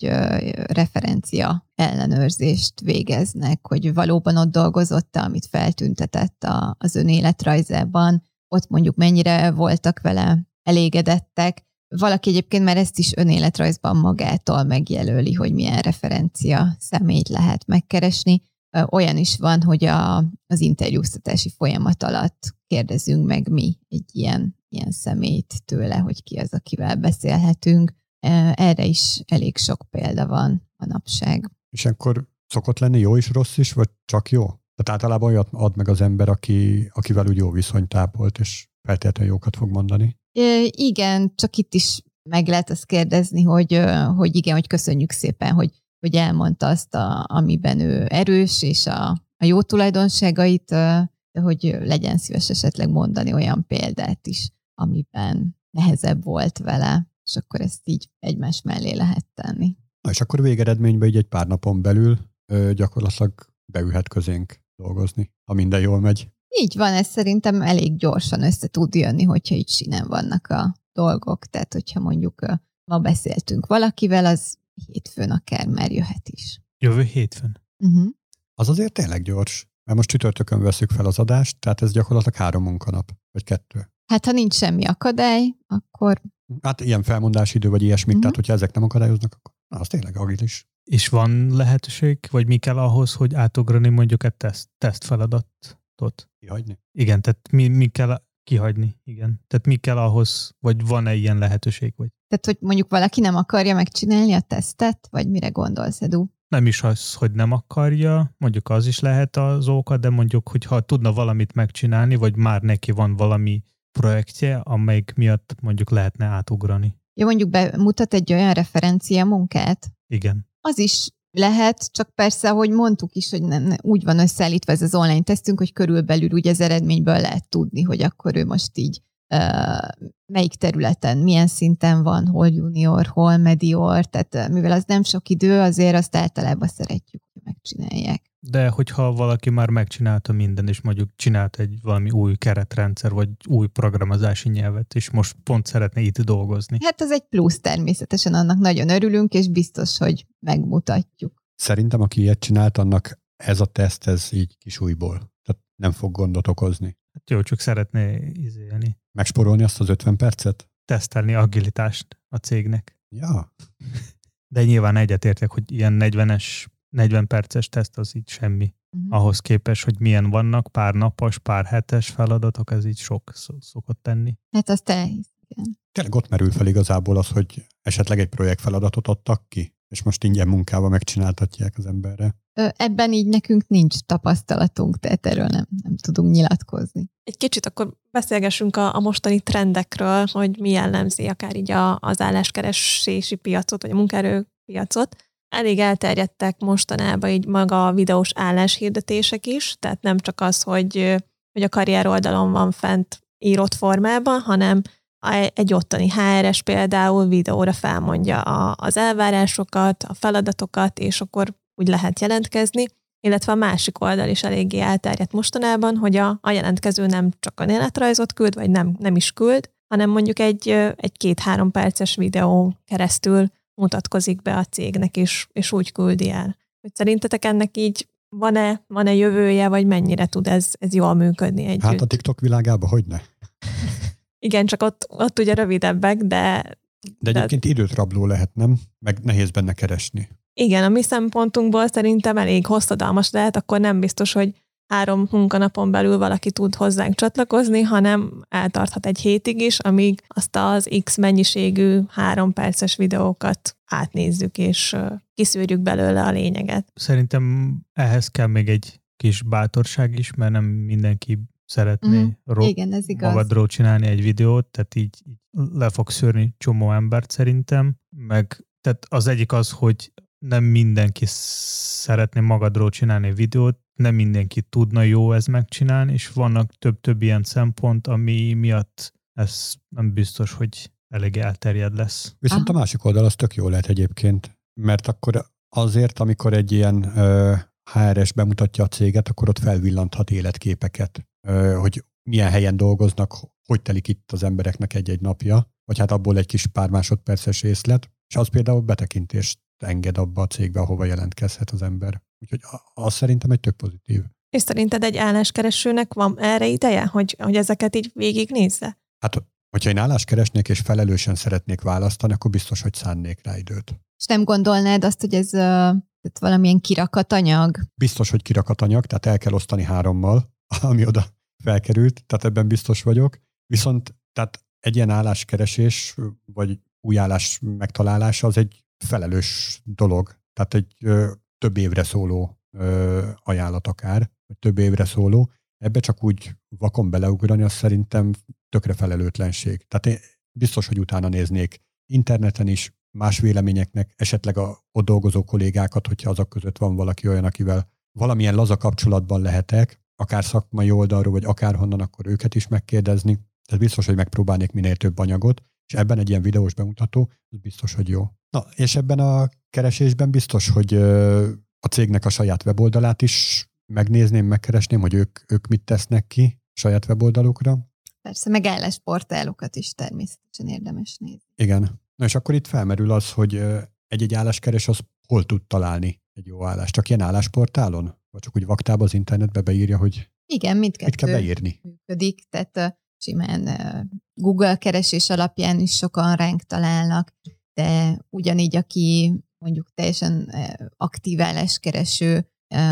referencia ellenőrzést végeznek, hogy valóban ott dolgozott, amit feltüntetett az önéletrajzában, ott mondjuk mennyire voltak vele elégedettek. Valaki egyébként már ezt is önéletrajzban magától megjelöli, hogy milyen referencia személyt lehet megkeresni. Olyan is van, hogy az interjúztatási folyamat alatt kérdezünk meg mi egy ilyen személyt tőle, hogy ki az, akivel beszélhetünk. Erre is elég sok példa van manapság. És akkor szokott lenni jó is, rossz is, vagy csak jó? Tehát általában olyat ad meg az ember, akivel úgy jó viszonyt tápolt, és feltétlenül jókat fog mondani. Igen, csak itt is meg lehet azt kérdezni, hogy igen, hogy köszönjük szépen, hogy elmondta azt, amiben ő erős, és a jó tulajdonságait, de hogy legyen szíves esetleg mondani olyan példát is, amiben nehezebb volt vele, és akkor ezt így egymás mellé lehet tenni. Na és akkor végeredményben így egy pár napon belül gyakorlatilag beülhet közénk dolgozni, ha minden jól megy. Így van, ez szerintem elég gyorsan össze tud jönni, hogyha így sinen vannak a dolgok. Tehát, hogyha mondjuk ma beszéltünk valakivel, az hétfőn akár már jöhet is. Jövő hétfőn? Uh-huh. Az azért tényleg gyors, mert most csütörtökön veszük fel az adást, tehát ez gyakorlatilag 3 munkanap, vagy 2. Hát, ha nincs semmi akadály, akkor... Hát ilyen felmondási idő, vagy ilyesmit, tehát hogyha ezek nem akadályoznak, akkor az tényleg agilis. És van lehetőség, vagy mi kell ahhoz, hogy átugrani mondjuk egy teszt feladatot? Kihagyni? Igen, tehát mi kell kihagyni, igen. Tehát mi kell ahhoz, vagy van-e ilyen lehetőség? Vagy? Tehát, hogy mondjuk valaki nem akarja megcsinálni a tesztet, vagy mire gondolsz, Edu? Nem is az, hogy nem akarja, mondjuk az is lehet az oka, de mondjuk, hogyha tudna valamit megcsinálni, vagy már neki van valami projektje, amelyik miatt mondjuk lehetne átugrani. Ja, mondjuk bemutat egy olyan referencia munkát? Igen. Az is lehet, csak persze, ahogy mondtuk is, hogy úgy van összeállítva ez az online tesztünk, hogy körülbelül ugye az eredményből lehet tudni, hogy akkor ő most így melyik területen, milyen szinten van, hol junior, hol medior, tehát mivel az nem sok idő, azért azt általában szeretjük, hogy megcsinálják. De hogyha valaki már megcsinálta minden, és mondjuk csinált egy valami új keretrendszer, vagy új programozási nyelvet, és most pont szeretne itt dolgozni. Hát az egy plusz természetesen, annak nagyon örülünk, és biztos, hogy megmutatjuk. Szerintem, aki ilyet csinált, annak ez a teszt, ez így kis újból. Tehát nem fog gondot okozni. Hát jó, csak szeretné izélni. Megspórolni azt az 50 percet? Tesztelni agilitást a cégnek. Ja. De nyilván egyetértek, hogy ilyen 40 perces teszt az így semmi. Ahhoz képest, hogy milyen vannak pár napos, pár hetes feladatok, ez így sok szokott tenni. Hát azt elhisz, igen. Tényleg ott merül fel igazából az, hogy esetleg egy projektfeladatot adtak ki, és most ingyen munkával megcsináltatják az emberre. Ebben így nekünk nincs tapasztalatunk, tehát erről nem tudunk nyilatkozni. Egy kicsit akkor beszélgessünk a mostani trendekről, hogy mi jellemzi akár így az álláskeresési piacot, vagy a munkaerőpiacot. Elég elterjedtek mostanában így maga a videós álláshirdetések is, tehát nem csak az, hogy a karrier oldalon van fent írott formában, hanem egy ottani HR-es például videóra felmondja az elvárásokat, a feladatokat, és akkor úgy lehet jelentkezni, illetve a másik oldal is eléggé elterjedt mostanában, hogy a jelentkező nem csak önéletrajzot küld, vagy nem is küld, hanem mondjuk egy 2-3 perces videó keresztül mutatkozik be a cégnek is, és úgy küldi el. Hogy szerintetek ennek így van-e jövője, vagy mennyire tud ez jól működni együtt? Hát a TikTok világában hogyne? Igen, csak ott ugye rövidebbek, de egyébként időt rabló lehet, nem? Meg nehéz benne keresni. Igen, a mi szempontunkból szerintem elég hosszadalmas lehet, akkor nem biztos, hogy 3 munkanapon belül valaki tud hozzánk csatlakozni, hanem eltarthat egy hétig is, amíg azt az X mennyiségű 3 perces videókat átnézzük, és kiszűrjük belőle a lényeget. Szerintem ehhez kell még egy kis bátorság is, mert nem mindenki szeretné Igen, ez igaz. magadról csinálni egy videót, tehát így le fog szűrni csomó embert szerintem, meg tehát az egyik az, hogy nem mindenki szeretné magadról csinálni videót, nem mindenki tudna jó ezt megcsinálni, és vannak több ilyen szempont, ami miatt ez nem biztos, hogy elég elterjed lesz. Viszont a másik oldal az tök jó lehet egyébként, mert akkor azért, amikor egy ilyen HR-es bemutatja a céget, akkor ott felvillanthat életképeket, hogy milyen helyen dolgoznak, hogy telik itt az embereknek egy-egy napja, vagy hát abból egy kis pár másodperces részlet, és az például betekintést enged abba a cégbe, ahova jelentkezhet az ember. Úgyhogy az szerintem egy tök pozitív. És szerinted egy álláskeresőnek van erre ideje, hogy ezeket így végignézze? Hát, hogyha én állást keresnék és felelősen szeretnék választani, akkor biztos, hogy szánnék rá időt. És nem gondolnád azt, hogy ez valamilyen kirakatanyag? Biztos, hogy kirakatanyag, tehát el kell osztani 3-mal, ami oda felkerült, tehát ebben biztos vagyok. Viszont tehát egy ilyen álláskeresés, vagy új állás megtalálása az egy felelős dolog. Tehát egy több évre szóló ajánlat akár, vagy több évre szóló. Ebbe csak úgy vakon beleugrani, az szerintem tökre felelőtlenség. Tehát én biztos, hogy utána néznék interneten is, más véleményeknek, esetleg ott dolgozó kollégákat, hogyha azok között van valaki olyan, akivel valamilyen laza kapcsolatban lehetek, akár szakmai oldalról, vagy akárhonnan, akkor őket is megkérdezni. Tehát biztos, hogy megpróbálnék minél több anyagot, és ebben egy ilyen videós bemutató, az biztos, hogy jó. Na, és ebben a keresésben biztos, hogy a cégnek a saját weboldalát is megnézném, megkeresném, hogy ők mit tesznek ki saját weboldalukra. Persze, meg állásportálokat is természetesen érdemes nézni. Igen. Na és akkor itt felmerül az, hogy egy álláskeres az hol tud találni egy jó állást? Csak ilyen állásportálon? Vagy csak úgy vaktába az internetbe beírja, hogy igen, mit kell beírni? Működik, tehát simán Google keresés alapján is sokan ránk találnak, de ugyanígy, aki mondjuk teljesen aktív álláskereső,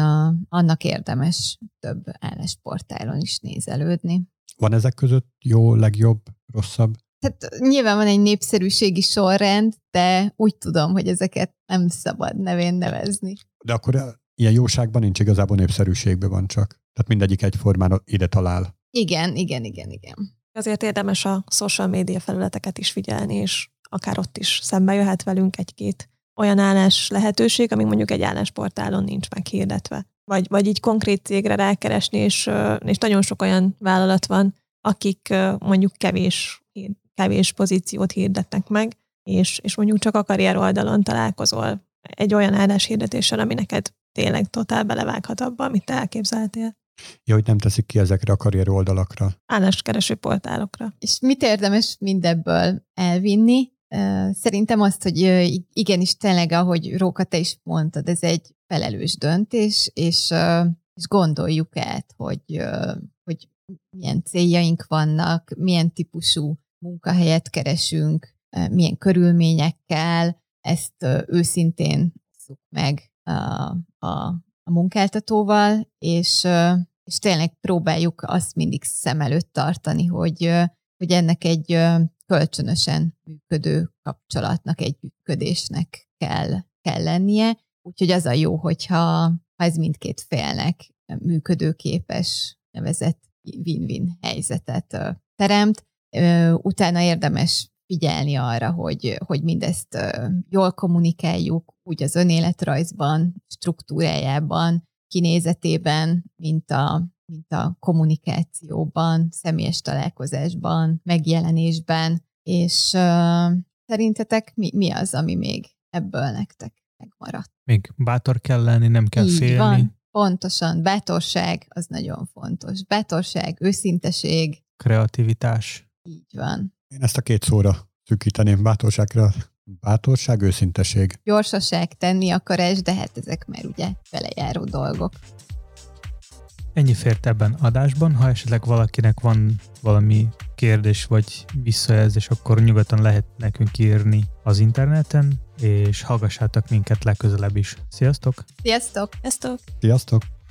annak érdemes több állásportálon is nézelődni. Van ezek között jó, legjobb, rosszabb? Hát nyilván van egy népszerűségi sorrend, de úgy tudom, hogy ezeket nem szabad nevén nevezni. De akkor ilyen jóságban nincs, igazából népszerűségben van csak. Tehát mindegyik egyformán ide talál. Igen. Azért érdemes a social media felületeket is figyelni, és akár ott is szembe jöhet velünk egy-két olyan állás lehetőség, ami mondjuk egy állásportálon nincs meghirdetve. Vagy így konkrét cégre rákeresni, és nagyon sok olyan vállalat van, akik mondjuk kevés pozíciót hirdetnek meg, és mondjuk csak a karrier oldalon találkozol egy olyan álláshirdetéssel, ami neked tényleg totál belevághat abba, amit te elképzeltél. Ja, hogy nem teszik ki ezekre a karrier oldalakra. Álláskereső portálokra. És mit érdemes mindebből elvinni? Szerintem azt, hogy igenis tényleg, ahogy Róka, te is mondtad, ez egy felelős döntés, és gondoljuk át, hogy milyen céljaink vannak, milyen típusú munkahelyet keresünk, milyen körülményekkel, ezt őszintén szuk meg a munkáltatóval, és tényleg próbáljuk azt mindig szem előtt tartani, hogy ennek egy kölcsönösen működő kapcsolatnak, egy működésnek kell lennie. Úgyhogy az a jó, hogyha ez mindkét félnek működőképes, nevezett win-win helyzetet teremt. Utána érdemes figyelni arra, hogy mindezt jól kommunikáljuk, úgy az önéletrajzban, struktúrájában, kinézetében, mint a kommunikációban, személyes találkozásban, megjelenésben, és szerintetek mi az, ami még ebből nektek megmaradt? Még bátor kell lenni, nem kell Így félni. Van, pontosan, bátorság az nagyon fontos. Bátorság, őszinteség. Kreativitás. Így van. Én ezt a 2 szóra szűkíteném, bátorság, őszinteség. Gyorsaság, tenni akarás, de hát ezek már ugye belejáró dolgok. Ennyi fért ebben adásban. Ha esetleg valakinek van valami kérdés vagy visszajelzés, akkor nyugodtan lehet nekünk írni az interneten, és hallgassátok minket legközelebb is. Sziasztok! Sziasztok! Sziasztok! Sziasztok!